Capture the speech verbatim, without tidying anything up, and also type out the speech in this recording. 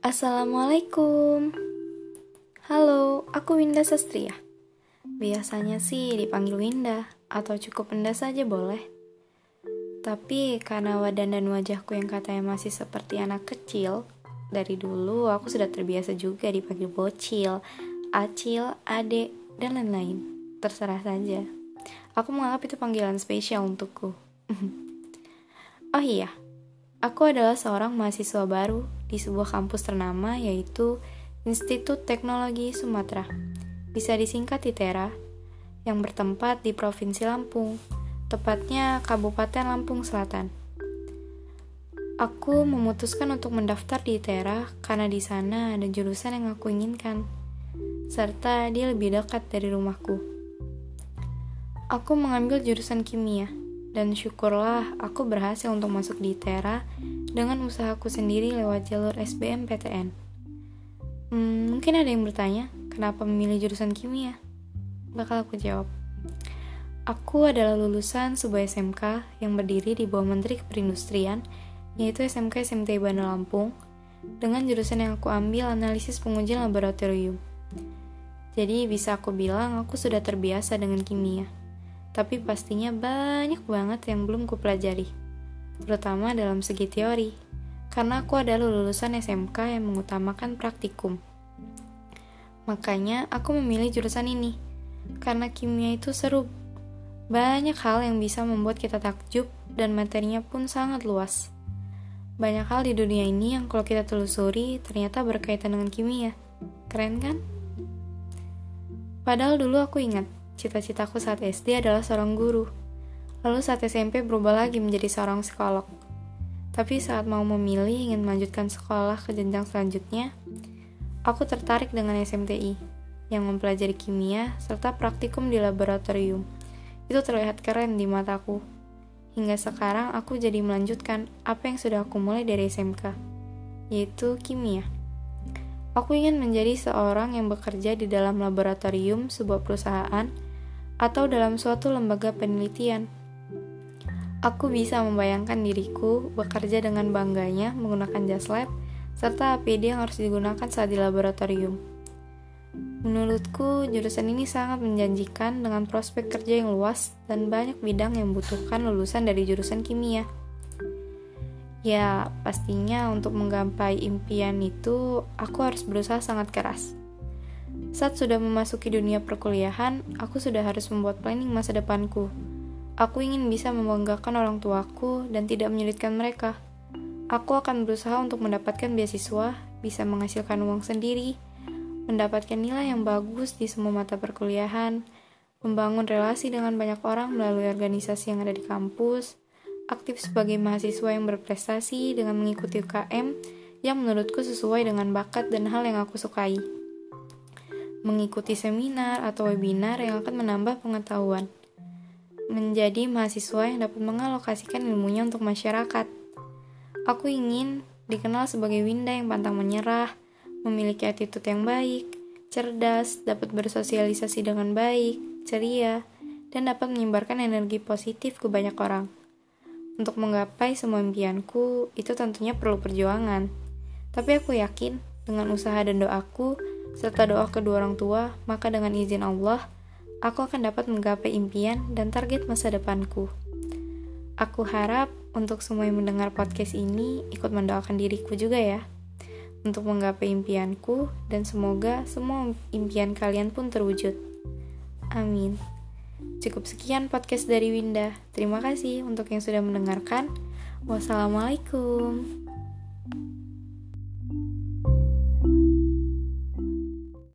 Assalamualaikum. Halo, aku Winda Sastria. Biasanya sih dipanggil Winda, atau cukup Winda saja boleh. Tapi karena wadan dan wajahku yang katanya masih seperti anak kecil, dari dulu aku sudah terbiasa juga dipanggil bocil, acil, adek, dan lain-lain. Terserah saja. Aku menganggap itu panggilan spesial untukku. Oh iya, aku adalah seorang mahasiswa baru di sebuah kampus ternama yaitu Institut Teknologi Sumatera, bisa disingkat I T E R A, yang bertempat di Provinsi Lampung, tepatnya Kabupaten Lampung Selatan. Aku memutuskan untuk mendaftar di I T E R A karena di sana ada jurusan yang aku inginkan, serta dia lebih dekat dari rumahku. Aku mengambil jurusan kimia, dan syukurlah aku berhasil untuk masuk di I T E R A dengan usahaku sendiri lewat jalur S B M P T N. Hmm, mungkin ada yang bertanya, kenapa memilih jurusan kimia? Bakal aku jawab. Aku adalah lulusan sebuah S M K yang berdiri di bawah Menteri Perindustrian, yaitu S M K S M T Bandar Lampung, dengan jurusan yang aku ambil analisis pengujian laboratorium. Jadi bisa aku bilang aku sudah terbiasa dengan kimia. Tapi pastinya banyak banget yang belum kupelajari, terutama dalam segi teori, karena aku adalah lulusan S M K yang mengutamakan praktikum. Makanya aku memilih jurusan ini, karena kimia itu seru. Banyak hal yang bisa membuat kita takjub, dan materinya pun sangat luas. Banyak hal di dunia ini yang kalau kita telusuri, ternyata berkaitan dengan kimia. Keren kan? Padahal dulu aku ingat, cita-citaku saat S D adalah seorang guru. Lalu saat S M P berubah lagi menjadi seorang psikolog. Tapi saat mau memilih ingin melanjutkan sekolah ke jenjang selanjutnya, aku tertarik dengan S M T I yang mempelajari kimia serta praktikum di laboratorium. Itu terlihat keren di mataku. Hingga sekarang aku jadi melanjutkan apa yang sudah aku mulai dari S M K, yaitu kimia. Aku ingin menjadi seorang yang bekerja di dalam laboratorium sebuah perusahaan atau dalam suatu lembaga penelitian. Aku bisa membayangkan diriku bekerja dengan bangganya menggunakan jas lab serta A P D yang harus digunakan saat di laboratorium. Menurutku, jurusan ini sangat menjanjikan dengan prospek kerja yang luas dan banyak bidang yang membutuhkan lulusan dari jurusan kimia. Ya, pastinya untuk menggapai impian itu, aku harus berusaha sangat keras. Saat sudah memasuki dunia perkuliahan, aku sudah harus membuat planning masa depanku. Aku ingin bisa membanggakan orang tuaku dan tidak menyulitkan mereka. Aku akan berusaha untuk mendapatkan beasiswa, bisa menghasilkan uang sendiri, mendapatkan nilai yang bagus di semua mata perkuliahan, membangun relasi dengan banyak orang melalui organisasi yang ada di kampus, aktif sebagai mahasiswa yang berprestasi dengan mengikuti U K M yang menurutku sesuai dengan bakat dan hal yang aku sukai, mengikuti seminar atau webinar yang akan menambah pengetahuan, menjadi mahasiswa yang dapat mengalokasikan ilmunya untuk masyarakat. Aku ingin dikenal sebagai Winda yang pantang menyerah, memiliki attitude yang baik, cerdas, dapat bersosialisasi dengan baik, ceria, dan dapat menyebarkan energi positif ke banyak orang. Untuk menggapai semua impianku, itu tentunya perlu perjuangan. Tapi aku yakin, dengan usaha dan doaku, serta doa kedua orang tua, maka dengan izin Allah, aku akan dapat menggapai impian dan target masa depanku. Aku harap untuk semua yang mendengar podcast ini ikut mendoakan diriku juga ya, untuk menggapai impianku, dan semoga semua impian kalian pun terwujud. Amin. Cukup sekian podcast dari Winda. Terima kasih untuk yang sudah mendengarkan. Wassalamualaikum.